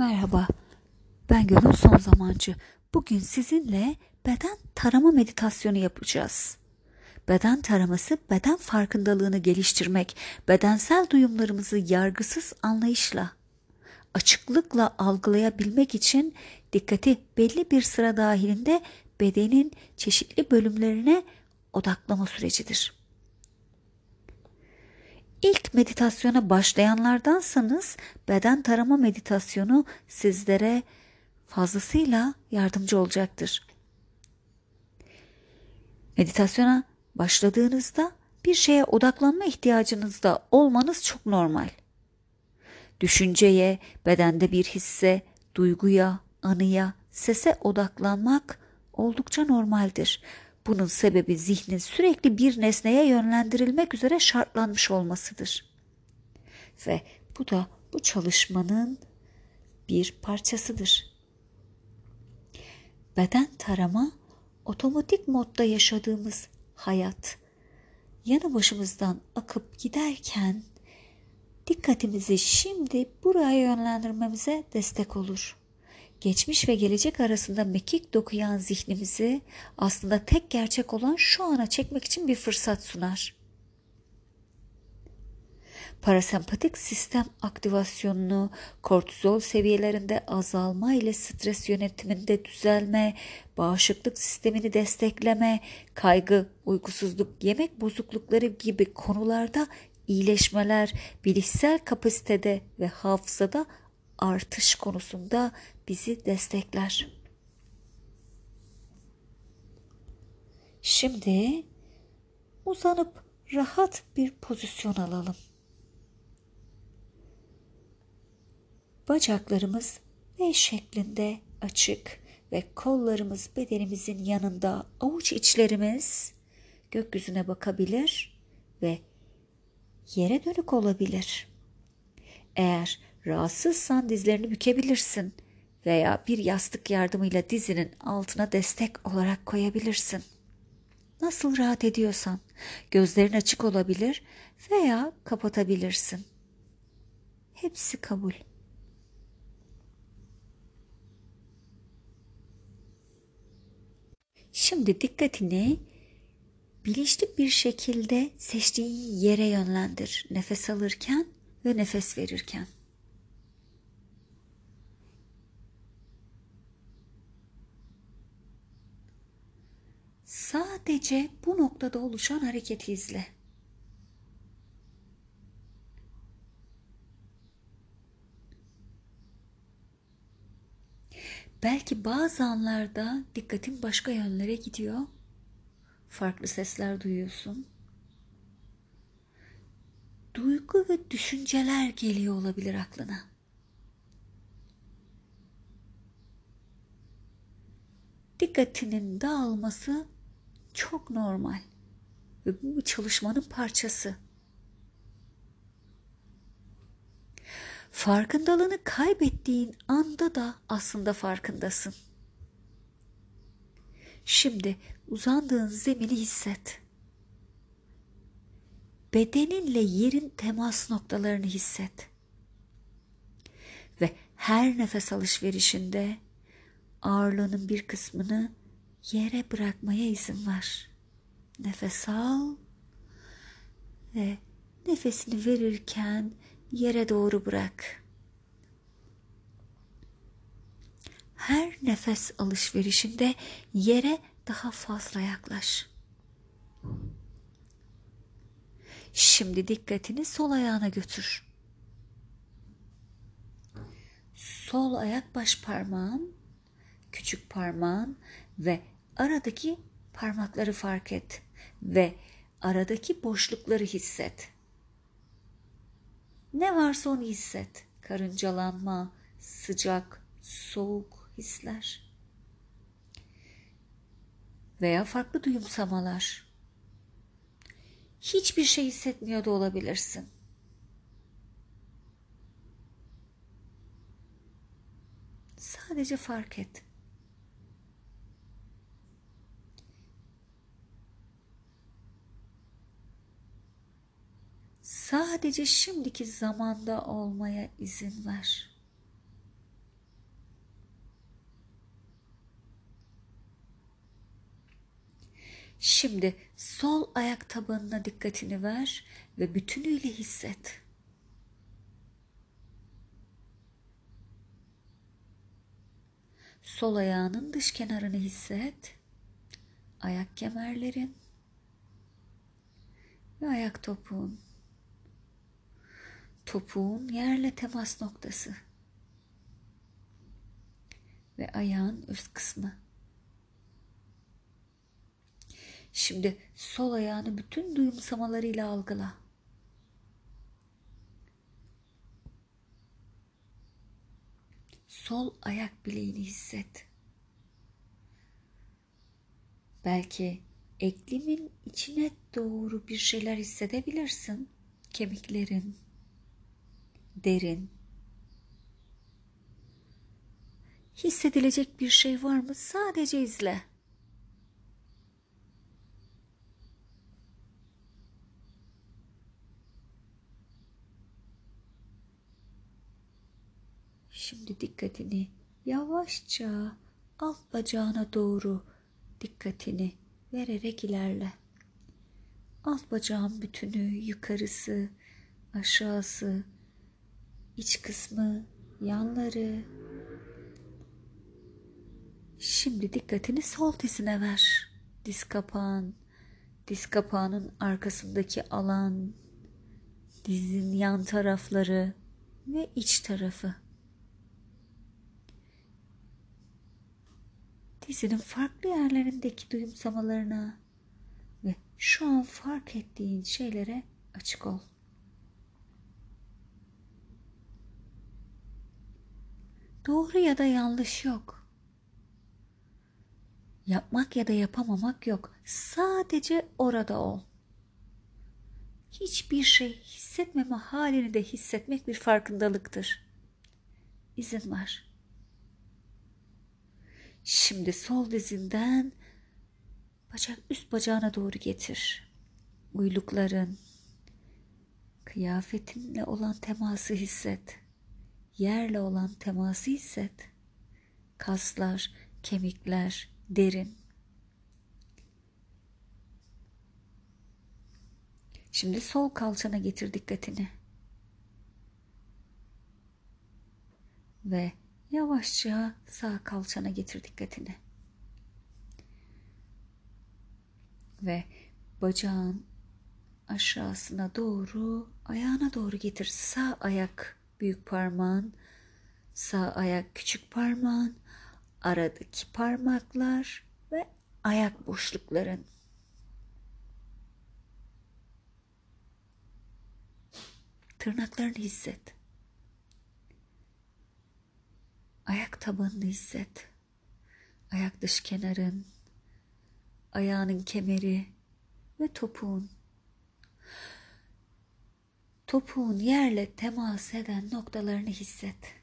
Merhaba, ben Gönül Son Zamancı. Bugün sizinle beden tarama meditasyonu yapacağız. Beden taraması, beden farkındalığını geliştirmek, bedensel duyumlarımızı yargısız anlayışla, açıklıkla algılayabilmek için dikkati belli bir sıra dahilinde bedenin çeşitli bölümlerine odaklama sürecidir. İlk meditasyona başlayanlardansanız beden tarama meditasyonu sizlere fazlasıyla yardımcı olacaktır. Meditasyona başladığınızda bir şeye odaklanma ihtiyacınızda olmanız çok normal. Düşünceye, bedende bir hisse, duyguya, anıya, sese odaklanmak oldukça normaldir. Bunun sebebi zihnin sürekli bir nesneye yönlendirilmek üzere şartlanmış olmasıdır. Ve bu da bu çalışmanın bir parçasıdır. Beden tarama, otomatik modda yaşadığımız hayat, yanı başımızdan akıp giderken dikkatimizi şimdi buraya yönlendirmemize destek olur. Geçmiş ve gelecek arasında mekik dokuyan zihnimizi aslında tek gerçek olan şu ana çekmek için bir fırsat sunar. Parasempatik sistem aktivasyonunu, kortizol seviyelerinde azalma ile stres yönetiminde düzelme, bağışıklık sistemini destekleme, kaygı, uykusuzluk, yemek bozuklukları gibi konularda iyileşmeler, bilişsel kapasitede ve hafızada artış konusunda bizi destekler. Şimdi uzanıp rahat bir pozisyon alalım. Bacaklarımız V şeklinde açık ve kollarımız bedenimizin yanında, avuç içlerimiz gökyüzüne bakabilir ve yere dönük olabilir. Eğer rahatsızsan dizlerini bükebilirsin veya bir yastık yardımıyla dizinin altına destek olarak koyabilirsin. Nasıl rahat ediyorsan gözlerin açık olabilir veya kapatabilirsin. Hepsi kabul. Şimdi dikkatini bilinçli bir şekilde seçtiğin yere yönlendir. Nefes alırken ve nefes verirken. Sadece bu noktada oluşan hareketi izle. Belki bazı anlarda dikkatin başka yönlere gidiyor. Farklı sesler duyuyorsun. Duygu ve düşünceler geliyor olabilir aklına. Dikkatinin dağılması çok normal ve bu bir çalışmanın parçası. Farkındalığını kaybettiğin anda da aslında farkındasın. Şimdi uzandığın zemini hisset. Bedeninle yerin temas noktalarını hisset. Ve her nefes alışverişinde ağırlığının bir kısmını yere bırakmaya izin ver. Nefes al ve nefesini verirken yere doğru bırak. Her nefes alışverişinde yere daha fazla yaklaş. Şimdi dikkatini sol ayağına götür. Sol ayak baş parmağın, küçük parmağın ve aradaki parmakları fark et ve aradaki boşlukları hisset. Ne varsa onu hisset. Karıncalanma, sıcak, soğuk hisler veya farklı duyumsamalar. Hiçbir şey hissetmiyor da olabilirsin. Sadece fark et. Sadece şimdiki zamanda olmaya izin ver. Şimdi sol ayak tabanına dikkatini ver ve bütünüyle hisset. Sol ayağının dış kenarını hisset. Ayak kemerlerin ve ayak topuğun. Topuğun yerle temas noktası ve ayağın üst kısmı. Şimdi sol ayağını bütün duyumsamalarıyla algıla. Sol ayak bileğini hisset. Belki eklemin içine doğru bir şeyler hissedebilirsin. Kemiklerin, derin. Hissedilecek bir şey var mı? Sadece izle. Şimdi dikkatini yavaşça alt bacağına doğru dikkatini vererek ilerle. Alt bacağın bütünü, yukarısı, aşağısı, iç kısmı, yanları. Şimdi dikkatini sol dizine ver. Diz kapağın, diz kapağının arkasındaki alan, dizin yan tarafları ve iç tarafı. Dizinin farklı yerlerindeki duyumsamalarına ve şu an fark ettiğin şeylere açık ol. Doğru ya da yanlış yok. Yapmak ya da yapamamak yok. Sadece orada ol. Hiçbir şey hissetmeme halini de hissetmek bir farkındalıktır. İzin var. Şimdi sol dizinden üst bacağına doğru getir. Uylukların, kıyafetinle olan teması hisset. Yerle olan teması hisset. Kaslar, kemikler, derin. Şimdi sol kalçana getir dikkatini. Ve yavaşça sağ kalçana getir dikkatini. Ve bacağın aşağısına doğru, ayağına doğru getir. Sağ ayak büyük parmağın, sağ ayak küçük parmağın, aradaki parmaklar ve ayak boşlukların. Tırnaklarını hisset. Ayak tabanını hisset. Ayak dış kenarın, ayağının kemeri ve topuğun. Topuğun yerle temas eden noktalarını hisset.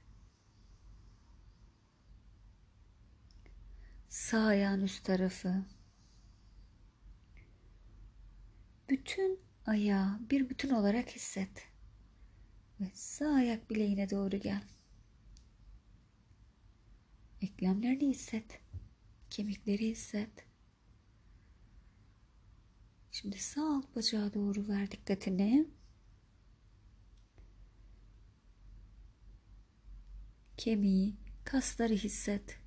Sağ ayağın üst tarafı. Bütün ayağı bir bütün olarak hisset. Ve sağ ayak bileğine doğru gel. Eklemlerini hisset. Kemikleri hisset. Şimdi sağ alt bacağa doğru ver dikkatini. Kemiği, kasları hisset.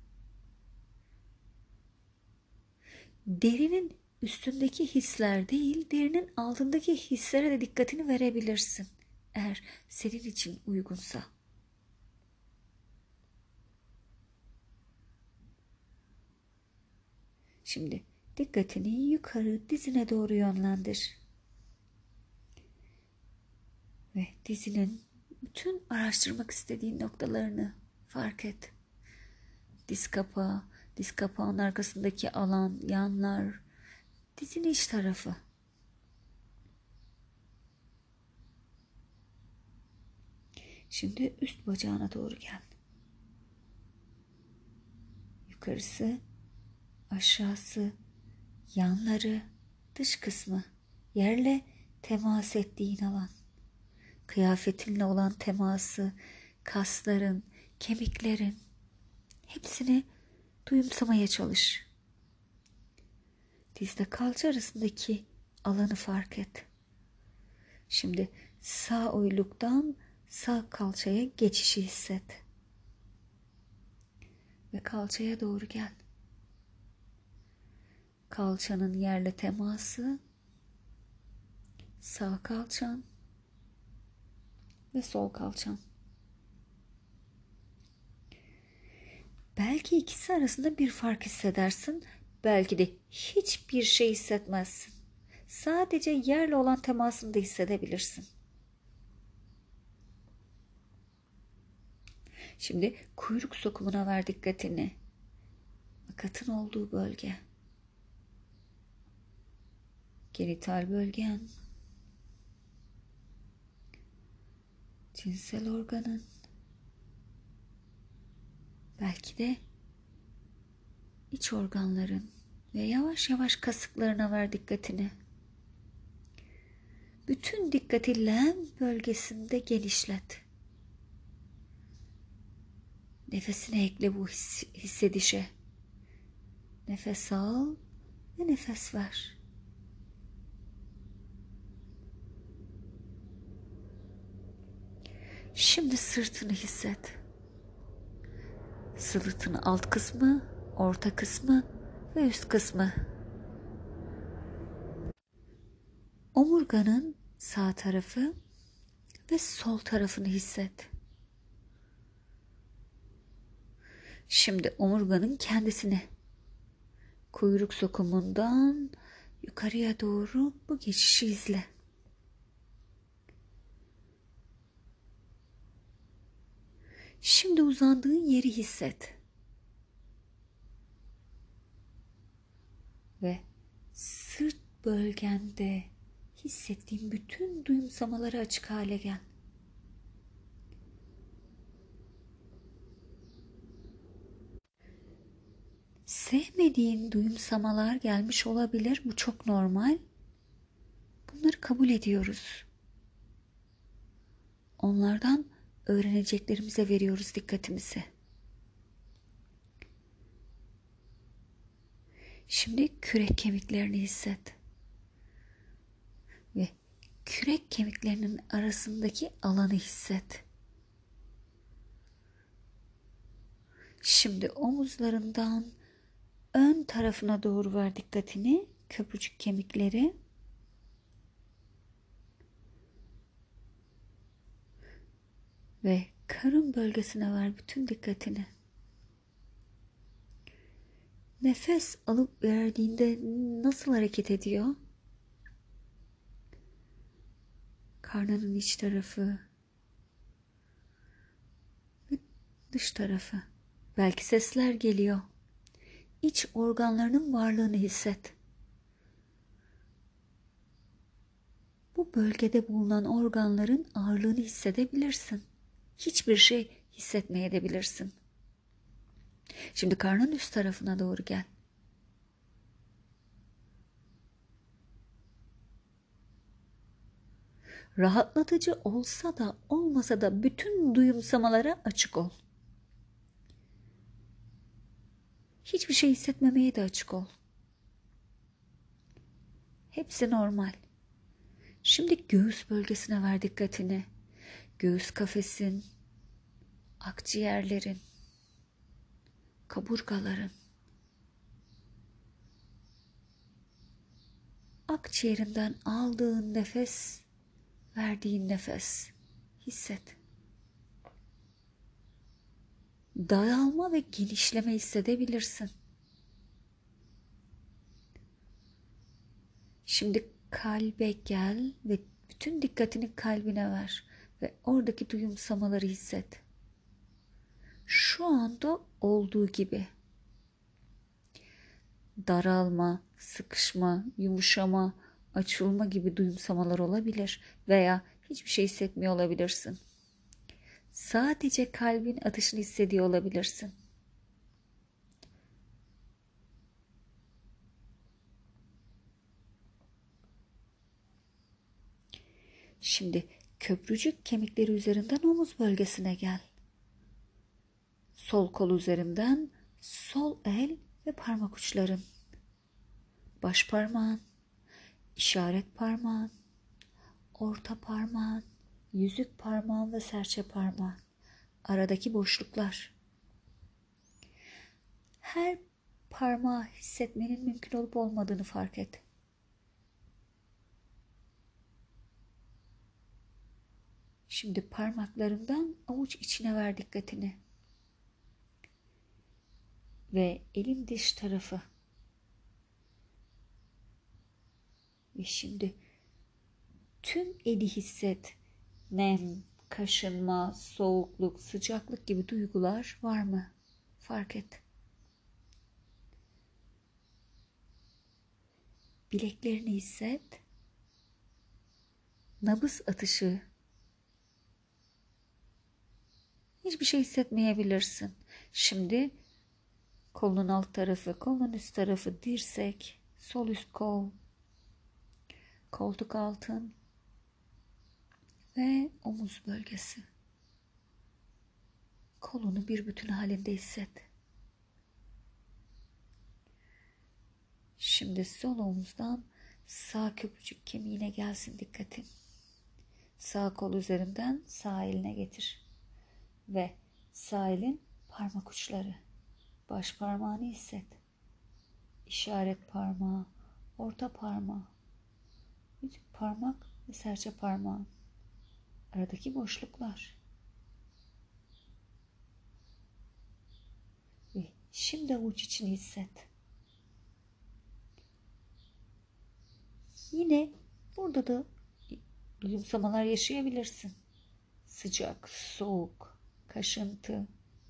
Derinin üstündeki hisler değil, derinin altındaki hislere de dikkatini verebilirsin. Eğer senin için uygunsa. Şimdi dikkatini yukarı dizine doğru yönlendir. Ve dizinin bütün araştırmak istediğin noktalarını fark et. Diz kapağı, diz kapağın arkasındaki alan, yanlar, dizin iç tarafı. Şimdi üst bacağına doğru gel. Yukarısı, aşağısı, yanları, dış kısmı, yerle temas ettiğin alan. Kıyafetinle olan teması, kasların, kemiklerin, hepsini duyumsamaya çalış. dizle kalça arasındaki alanı fark et. Şimdi sağ uyluktan sağ kalçaya geçişi hisset. Ve kalçaya doğru gel. Kalçanın yerle teması, sağ kalçan ve sol kalçan. Belki ikisi arasında bir fark hissedersin, belki de hiçbir şey hissetmezsin. Sadece yerle olan temasını da hissedebilirsin. Şimdi kuyruk sokumuna ver dikkatini. Makatın olduğu bölge. Genital bölgen. Cinsel organın. Belki de iç organların ve yavaş yavaş kasıklarına ver dikkatini. Bütün dikkati lem bölgesinde genişlet. Nefesine ekle bu hissedişe. Nefes al ve nefes ver. Şimdi sırtını hisset. Sırtın alt kısmı, orta kısmı ve üst kısmı. Omurganın sağ tarafı ve sol tarafını hisset. Şimdi omurganın kendisini, kuyruk sokumundan yukarıya doğru bu geçişi izle. Şimdi uzandığın yeri hisset. Ve sırt bölgende hissettiğin bütün duyumsamaları açık hale gel. Sevmediğin duyumsamalar gelmiş olabilir. Bu çok normal. Bunları kabul ediyoruz. Onlardan öğreneceklerimize veriyoruz dikkatimizi. Şimdi kürek kemiklerini hisset. Ve kürek kemiklerinin arasındaki alanı hisset. Şimdi omuzlarından ön tarafına doğru ver dikkatini. Köprücük kemikleri. Ve karın bölgesine ver bütün dikkatini. Nefes alıp verdiğinde nasıl hareket ediyor? Karnının iç tarafı ve dış tarafı. Belki sesler geliyor. İç organlarının varlığını hisset. Bu bölgede bulunan organların ağırlığını hissedebilirsin. Hiçbir şey hissetmeyebilirsin. Şimdi karnın üst tarafına doğru gel. Rahatlatıcı olsa da olmasa da bütün duyumsamalara açık ol. Hiçbir şey hissetmemeye de açık ol. Hepsi normal. Şimdi göğüs bölgesine ver dikkatini. Göğüs kafesin, akciğerlerin, kaburgaların. Akciğerinden aldığın nefes, verdiğin nefes hisset. Daralma ve genişleme hissedebilirsin. Şimdi kalbe gel ve bütün dikkatini kalbine ver ve oradaki duyumsamaları hisset. Şu anda olduğu gibi. Daralma, sıkışma, yumuşama, açılma gibi duyumsamalar olabilir veya hiçbir şey hissetmiyor olabilirsin. Sadece kalbin atışını hissediyor olabilirsin. Şimdi köprücük kemikleri üzerinden omuz bölgesine gel. Sol kol üzerinden sol el ve parmak uçların. baş parmağın, işaret parmağın, orta parmağın, yüzük parmağın ve serçe parmağın. Aradaki boşluklar. Her parmağı hissetmenin mümkün olup olmadığını fark et. Şimdi parmaklarından avuç içine ver dikkatini. Ve elin diş tarafı. Ve şimdi tüm eli hisset. Nem, kaşınma, soğukluk, sıcaklık gibi duygular var mı? Fark et. Bileklerini hisset. Nabız atışı. Hiçbir şey hissetmeyebilirsin. Şimdi kolunun alt tarafı, kolunun üst tarafı, dirsek, sol üst kol, koltuk altın ve omuz bölgesi. Kolunu bir bütün halinde hisset. Şimdi sol omuzdan sağ köprücük kemiğine gelsin dikkatin. Sağ kol üzerinden sağ eline getir. Ve sağ elin parmak uçları. Baş parmağını hisset. İşaret parmağı, orta parmağı, yüzük parmak ve serçe parmağı. Aradaki boşluklar. Ve şimdi avuç içini hisset. Yine burada da duyumsamalar yaşayabilirsin. Sıcak, soğuk, kaşıntı,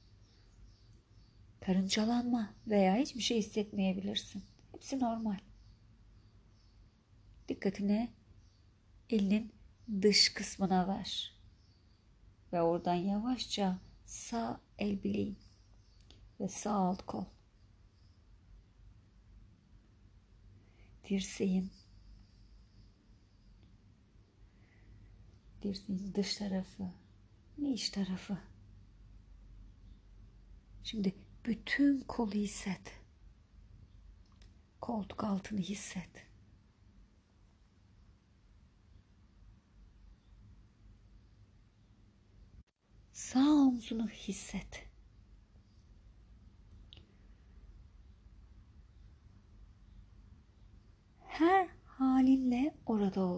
karıncalanma veya hiçbir şey hissetmeyebilirsin. Hepsi normal. Dikkatini elinin dış kısmına ver. Ve oradan yavaşça sağ el bileğin ve sağ alt kol. Dirseğin dış tarafı ve iç tarafı. Şimdi bütün kolu hisset. Koltuk altını hisset. Sağ omzunu hisset. Her halinle orada ol.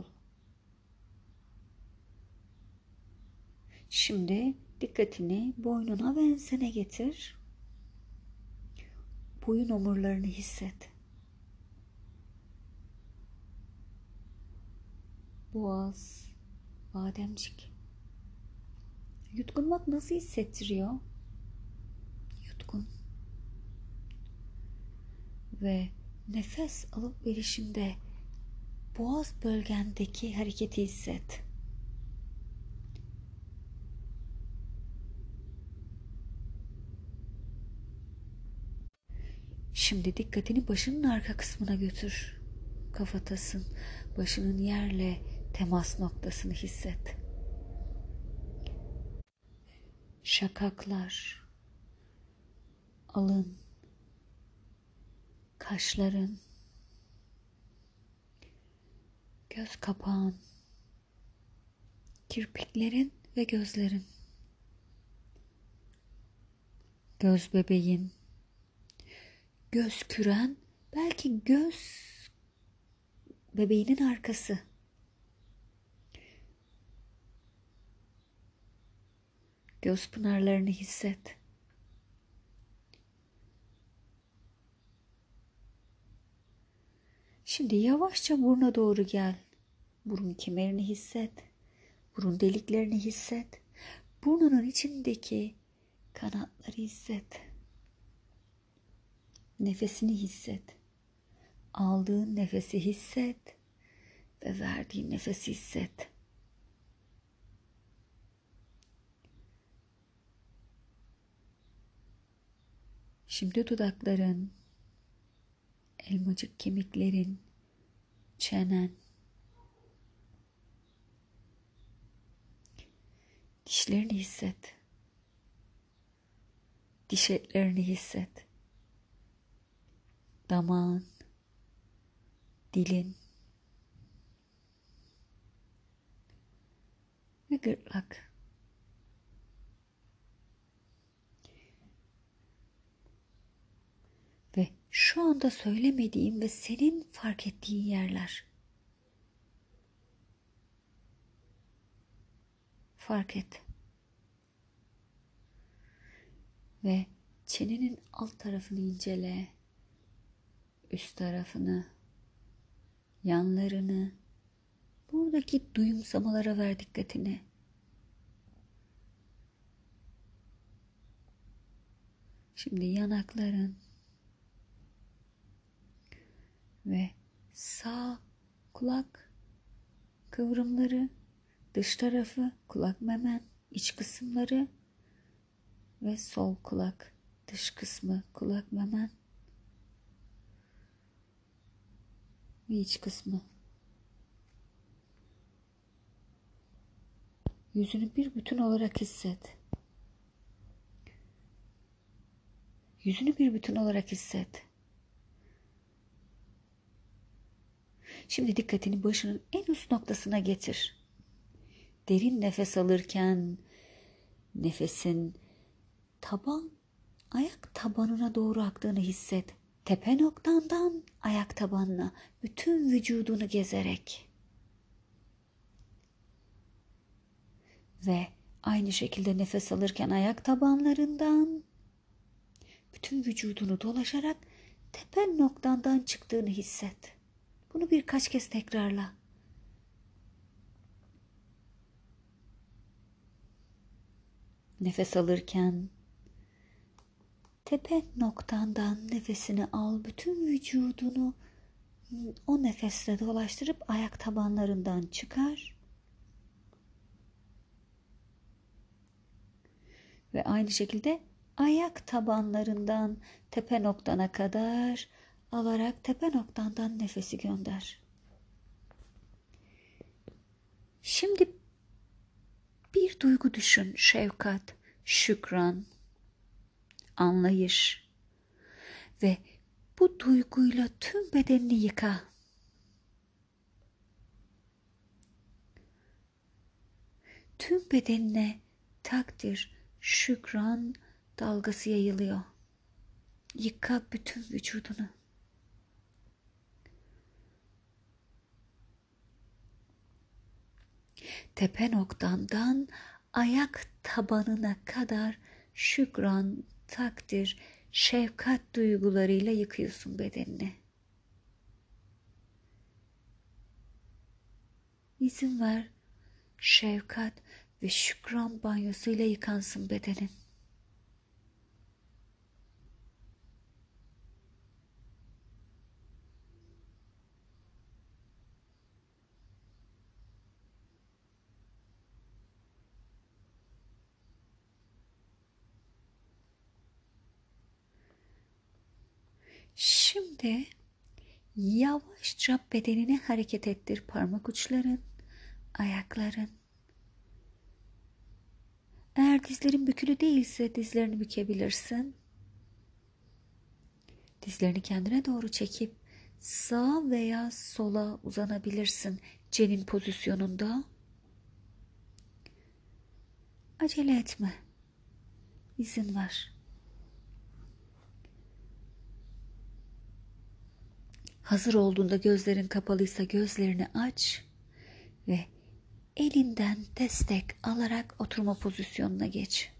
Şimdi dikkatini boynuna ve ensene getir. Boyun omurlarını hisset. Boğaz, bademcik. Yutkunmak nasıl hissettiriyor? Yutkun. Ve nefes alıp verişinde boğaz bölgendeki hareketi hisset. Şimdi dikkatini başının arka kısmına götür. Kafatasın, başının yerle temas noktasını hisset. Şakaklar, alın, kaşların, göz kapağın, kirpiklerin ve gözlerin, göz bebeğin, göz küren, belki göz bebeğinin arkası. Göz pınarlarını hisset. Şimdi yavaşça buruna doğru gel. Burun kemerini hisset. Burun deliklerini hisset. Burnunun içindeki kanatları hisset. Nefesini hisset. Aldığın nefesi hisset ve verdiğin nefesi hisset. Şimdi dudakların, elmacık kemiklerin, çenen, dişlerini hisset. Diş etlerini hisset. Damağın, dilin ve gırtlak. Ve şu anda söylemediğim ve senin fark ettiğin yerler. Fark et. Ve çenenin alt tarafını incele. Üst tarafını, yanlarını, buradaki duyumsamalara ver dikkatini. Şimdi yanakların ve sağ kulak kıvrımları, dış tarafı, kulak memen, iç kısımları ve sol kulak, dış kısmı, kulak memen ve iç kısmı. Yüzünü bir bütün olarak hisset. Yüzünü bir bütün olarak hisset. Şimdi dikkatini başının en üst noktasına getir. Derin nefes alırken nefesin ayak tabanına doğru aktığını hisset. Tepe noktandan ayak tabanına, bütün vücudunu gezerek. Ve aynı şekilde nefes alırken ayak tabanlarından bütün vücudunu dolaşarak tepe noktandan çıktığını hisset. Bunu birkaç kez tekrarla. Nefes alırken tepe noktandan nefesini al, bütün vücudunu o nefesle dolaştırıp ayak tabanlarından çıkar. Ve aynı şekilde ayak tabanlarından tepe noktana kadar alarak tepe noktandan nefesi gönder. Şimdi bir duygu düşün: şefkat, şükran, anlayış ve bu duyguyla tüm bedenini yıka. Tüm bedenine takdir, şükran dalgası yayılıyor. Yıka bütün vücudunu. Tepe noktandan ayak tabanına kadar şükran, takdir, şefkat duygularıyla yıkıyorsun bedenini. İzin ver, şefkat ve şükran banyosuyla yıkansın bedenin. Şimdi yavaşça bedenini hareket ettir. Parmak uçların, ayakların. Eğer dizlerin bükülü değilse dizlerini bükebilirsin. Dizlerini kendine doğru çekip sağa veya sola uzanabilirsin cenin pozisyonunda. Acele etme. İzin ver. Hazır olduğunda gözlerin kapalıysa gözlerini aç ve elinden destek alarak oturma pozisyonuna geç.